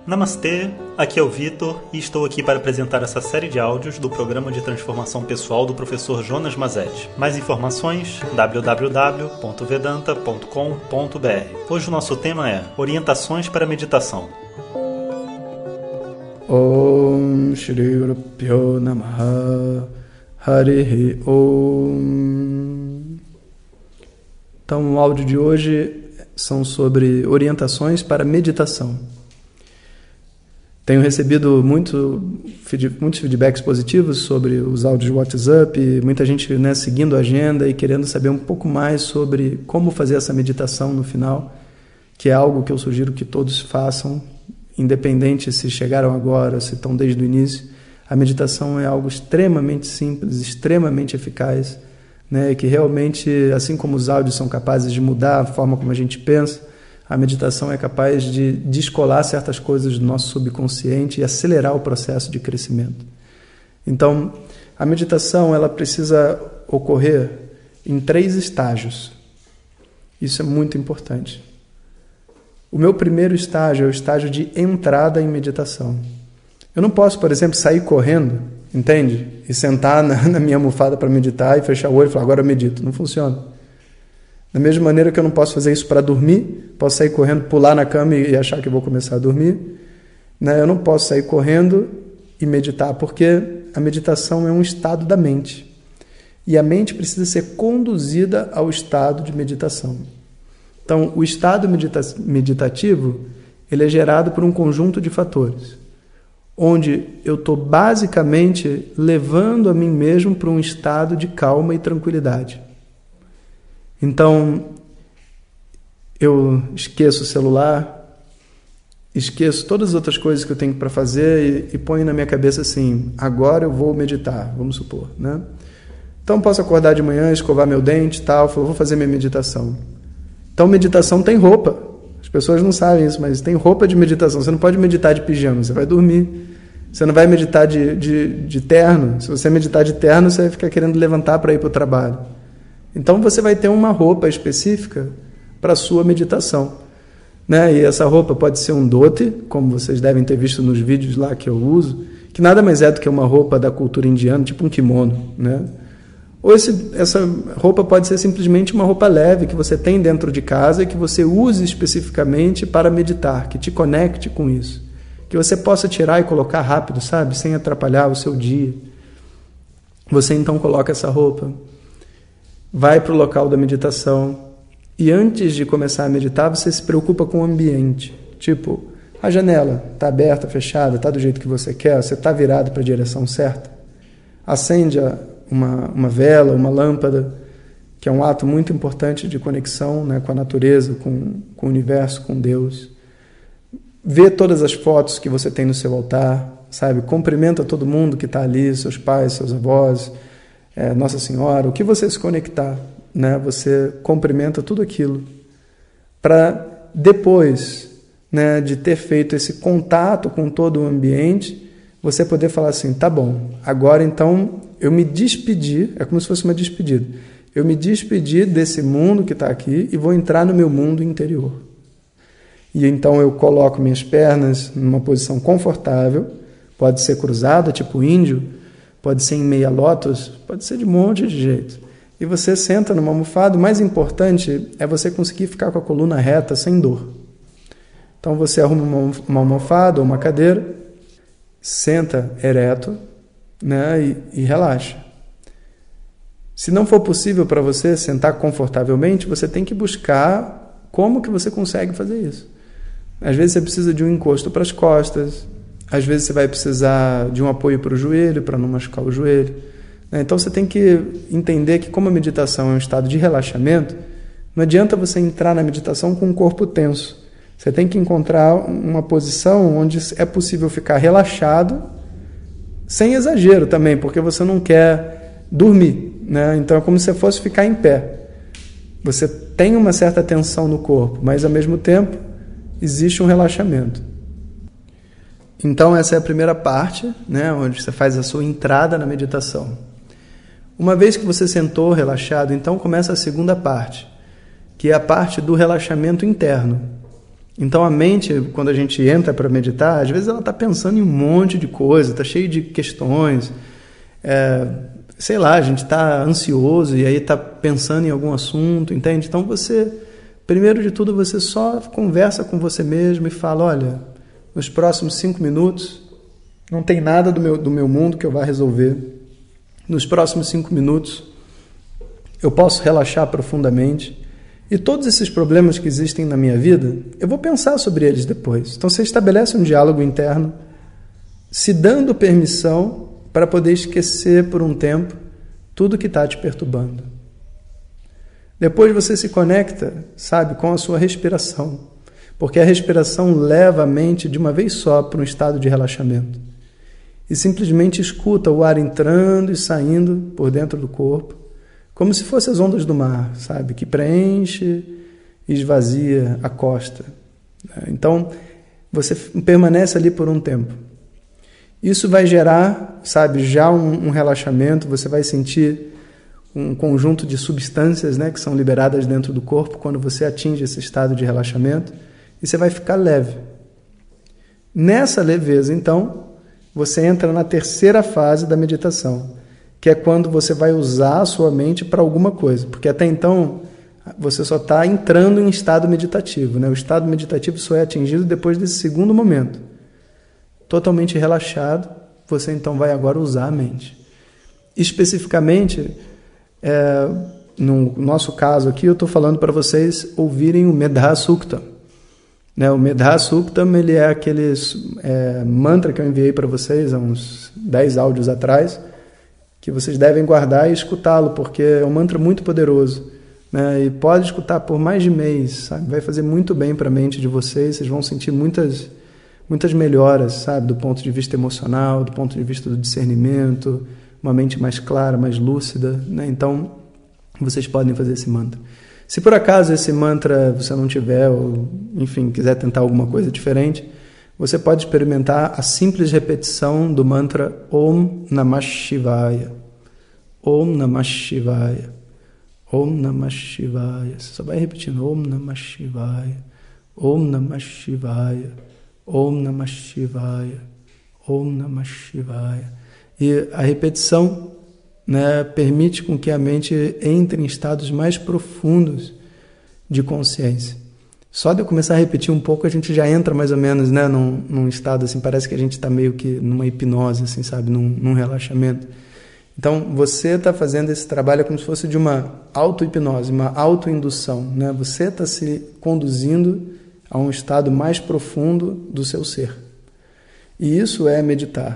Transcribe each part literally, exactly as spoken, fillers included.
Namastê, aqui é o Vitor e estou aqui para apresentar essa série de áudios do programa de transformação pessoal do professor Jonas Mazetti. Mais informações, w w w ponto vedanta ponto com ponto b r. Hoje o nosso tema é Orientações para a Meditação. Om Shri Guru Pyo Namaha Harihi Om. Então o áudio de hoje são sobre orientações para meditação. Tenho recebido muito, muitos feedbacks positivos sobre os áudios do WhatsApp, muita gente, né, seguindo a agenda e querendo saber um pouco mais sobre como fazer essa meditação no final, que é algo que eu sugiro que todos façam, independente se chegaram agora, se estão desde o início. A meditação é algo extremamente simples, extremamente eficaz, né, que realmente, assim como os áudios são capazes de mudar a forma como a gente pensa, a meditação é capaz de descolar certas coisas do nosso subconsciente e acelerar o processo de crescimento. Então, a meditação ela precisa ocorrer em três estágios. Isso é muito importante. O meu primeiro estágio é o estágio de entrada em meditação. Eu não posso, por exemplo, sair correndo, entende? E sentar na, na minha almofada para meditar e fechar o olho e falar, agora eu medito. Não funciona. Da mesma maneira que eu não posso fazer isso para dormir, posso sair correndo, pular na cama e achar que vou começar a dormir, né? Eu não posso sair correndo e meditar, porque a meditação é um estado da mente. E a mente precisa ser conduzida ao estado de meditação. Então, o estado medita- meditativo ele é gerado por um conjunto de fatores, onde eu estou basicamente levando a mim mesmo para um estado de calma e tranquilidade. Então, eu esqueço o celular, esqueço todas as outras coisas que eu tenho para fazer e, e ponho na minha cabeça assim, agora eu vou meditar, vamos supor, né? Então, posso acordar de manhã, escovar meu dente e tal, vou fazer minha meditação. Então, meditação tem roupa. As pessoas não sabem isso, mas tem roupa de meditação. Você não pode meditar de pijama, você vai dormir. Você não vai meditar de, de, de terno. Se você meditar de terno, você vai ficar querendo levantar para ir para o trabalho. Então você vai ter uma roupa específica para a sua meditação, né? E essa roupa pode ser um dhoti, como vocês devem ter visto nos vídeos lá que eu uso, que nada mais é do que uma roupa da cultura indiana, tipo um kimono, né? Ou esse, essa roupa pode ser simplesmente uma roupa leve que você tem dentro de casa e que você use especificamente para meditar, que te conecte com isso, que você possa tirar e colocar rápido, sabe? Sem atrapalhar o seu dia. Você então coloca essa roupa, vai para o local da meditação e antes de começar a meditar, você se preocupa com o ambiente. Tipo, a janela está aberta, fechada, está do jeito que você quer, você está virado para a direção certa. Acende uma, uma vela, uma lâmpada, que é um ato muito importante de conexão, né, com a natureza, com, com o universo, com Deus. Vê todas as fotos que você tem no seu altar, sabe? Cumprimenta todo mundo que está ali, seus pais, seus avós, É, Nossa Senhora, o que você se conectar, né? Você cumprimenta tudo aquilo para depois, né, de ter feito esse contato com todo o ambiente, você poder falar assim, tá bom, agora então eu me despedi, é como se fosse uma despedida, eu me despedi desse mundo que está aqui e vou entrar no meu mundo interior. E então eu coloco minhas pernas numa posição confortável, pode ser cruzada, tipo índio, pode ser em meia lótus, pode ser de um monte de jeito. E você senta numa almofada, o mais importante é você conseguir ficar com a coluna reta, sem dor. Então você arruma uma almofada ou uma cadeira, senta ereto, né, e, e relaxa. Se não for possível para você sentar confortavelmente, você tem que buscar como que você consegue fazer isso. Às vezes você precisa de um encosto para as costas, às vezes você vai precisar de um apoio para o joelho, para não machucar o joelho. Então você tem que entender que como a meditação é um estado de relaxamento, não adianta você entrar na meditação com o corpo tenso. Você tem que encontrar uma posição onde é possível ficar relaxado, sem exagero também, porque você não quer dormir, né? Então é como se você fosse ficar em pé. Você tem uma certa tensão no corpo, mas ao mesmo tempo existe um relaxamento. Então essa é a primeira parte, né, onde você faz a sua entrada na meditação. Uma vez que você sentou relaxado, então começa a segunda parte, que é a parte do relaxamento interno. Então a mente, quando a gente entra para meditar, às vezes ela está pensando em um monte de coisa, está cheio de questões, é, sei lá, a gente está ansioso e aí está pensando em algum assunto, entende? Então você, primeiro de tudo, você só conversa com você mesmo e fala, olha, nos próximos cinco minutos não tem nada do meu, do meu mundo que eu vá resolver. Nos próximos cinco minutos eu posso relaxar profundamente. E todos esses problemas que existem na minha vida, eu vou pensar sobre eles depois. Então você estabelece um diálogo interno, se dando permissão para poder esquecer por um tempo tudo que está te perturbando. Depois você se conecta, sabe, com a sua respiração, porque a respiração leva a mente de uma vez só para um estado de relaxamento. E simplesmente escuta o ar entrando e saindo por dentro do corpo, como se fossem as ondas do mar, sabe? Que preenche e esvazia a costa. Então, você permanece ali por um tempo. Isso vai gerar, sabe, já um, um relaxamento, você vai sentir um conjunto de substâncias, né, que são liberadas dentro do corpo quando você atinge esse estado de relaxamento, e você vai ficar leve. Nessa leveza, então, você entra na terceira fase da meditação, que é quando você vai usar a sua mente para alguma coisa, porque até então você só está entrando em estado meditativo, né? O estado meditativo só é atingido depois desse segundo momento. Totalmente relaxado, você então vai agora usar a mente. Especificamente, é, no nosso caso aqui, eu estou falando para vocês ouvirem o Medha Suktam. Né? O Medha Suktam, ele é aquele é, mantra que eu enviei para vocês há uns dez áudios atrás, que vocês devem guardar e escutá-lo, porque é um mantra muito poderoso, né? E pode escutar por mais de mês, sabe? Vai fazer muito bem para a mente de vocês, vocês vão sentir muitas, muitas melhoras, sabe? Do ponto de vista emocional, do ponto de vista do discernimento, uma mente mais clara, mais lúcida, né? Então, vocês podem fazer esse mantra. Se por acaso esse mantra você não tiver, ou enfim, quiser tentar alguma coisa diferente, você pode experimentar a simples repetição do mantra Om Namah Shivaya. Om Namah Shivaya. Om Namah Shivaya. Você só vai repetindo Om Namah Shivaya. Om Namah Shivaya. Om Namah Shivaya. Om Namah Shivaya. E a repetição, né, permite com que a mente entre em estados mais profundos de consciência. Só de eu começar a repetir um pouco, a gente já entra mais ou menos, né, num, num estado assim, parece que a gente está meio que numa hipnose, assim, sabe, num, num relaxamento. Então, você está fazendo esse trabalho como se fosse de uma auto-hipnose, uma auto-indução, né? Você está se conduzindo a um estado mais profundo do seu ser. E isso é meditar.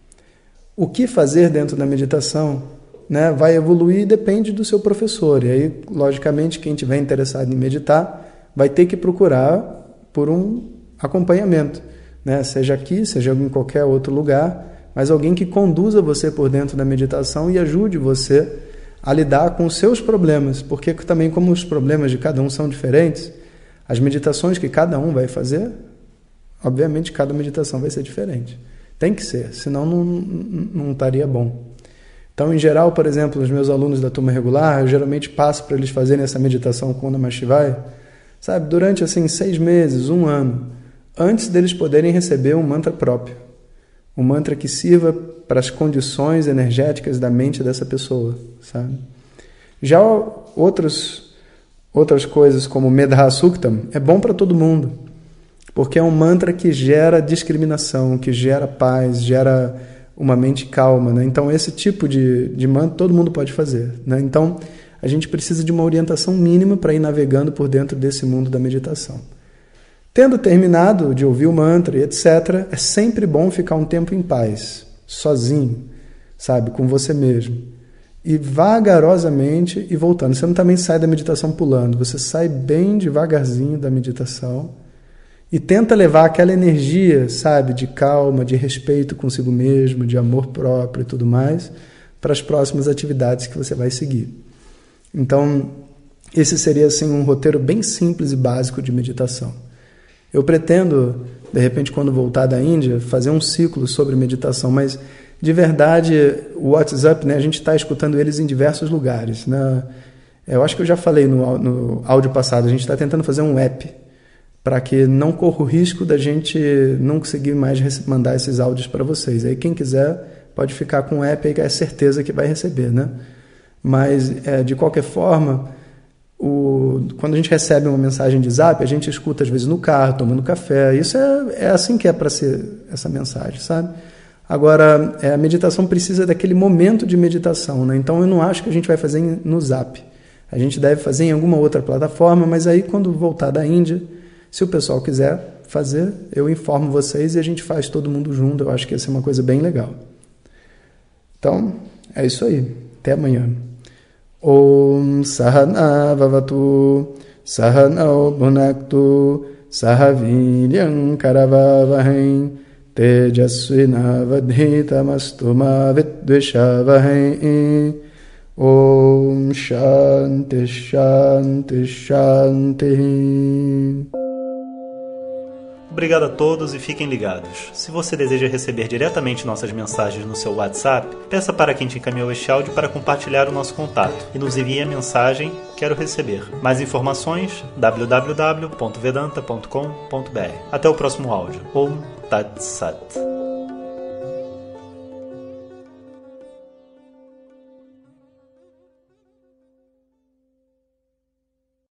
O que fazer dentro da meditação, né, vai evoluir e depende do seu professor. E aí, logicamente, quem estiver interessado em meditar vai ter que procurar por um acompanhamento, né? Seja aqui, seja em qualquer outro lugar, mas alguém que conduza você por dentro da meditação e ajude você a lidar com os seus problemas, porque também como os problemas de cada um são diferentes, as meditações que cada um vai fazer, obviamente cada meditação vai ser diferente. Tem que ser, senão não, não estaria bom. Então, em geral, por exemplo, os meus alunos da turma regular, eu geralmente passo para eles fazerem essa meditação com o Namah Shivaya, sabe, durante assim seis meses, um ano, antes deles poderem receber um mantra próprio, um mantra que sirva para as condições energéticas da mente dessa pessoa, sabe? Já outros, outras coisas como Medha Suktam é bom para todo mundo, porque é um mantra que gera discriminação, que gera paz, gera uma mente calma, né? Então esse tipo de, de mantra todo mundo pode fazer, né? Então a gente precisa de uma orientação mínima para ir navegando por dentro desse mundo da meditação. Tendo terminado de ouvir o mantra e etcétera, é sempre bom ficar um tempo em paz, sozinho, sabe, com você mesmo. E vagarosamente ir voltando. Você não também sai da meditação pulando, você sai bem devagarzinho da meditação e tenta levar aquela energia, sabe, de calma, de respeito consigo mesmo, de amor próprio e tudo mais, para as próximas atividades que você vai seguir. Então, esse seria assim um roteiro bem simples e básico de meditação. Eu pretendo, de repente, quando voltar da Índia, fazer um ciclo sobre meditação, mas, de verdade, o WhatsApp, né, a gente está escutando eles em diversos lugares, né? Eu acho que eu já falei no, no áudio passado, a gente está tentando fazer um app para que não corra o risco da gente não conseguir mais mandar esses áudios para vocês. Aí quem quiser pode ficar com o app aí, que é certeza que vai receber, né? Mas, é, de qualquer forma, o, quando a gente recebe uma mensagem de zap, a gente escuta às vezes no carro, tomando café. Isso é, é assim que é para ser essa mensagem, sabe? Agora, é, a meditação precisa daquele momento de meditação, né? Então eu não acho que a gente vai fazer no zap. A gente deve fazer em alguma outra plataforma, mas aí quando voltar da Índia, se o pessoal quiser fazer, eu informo vocês e a gente faz todo mundo junto. Eu acho que ia ser uma coisa bem legal. Então, é isso aí. Até amanhã. Om Sahana Vavatu Sahanao Bhunaktu Sahaviryam Karavavahem Tejasvinavadhitamastu ma vidvishavahem. Om Shanti Shanti Shanti. Obrigado a todos e fiquem ligados. Se você deseja receber diretamente nossas mensagens no seu WhatsApp, peça para quem te encaminhou este áudio para compartilhar o nosso contato e nos envie a mensagem "Quero receber". Mais informações w w w ponto vedanta ponto com ponto b r. Até o próximo áudio. Om Tat Sat.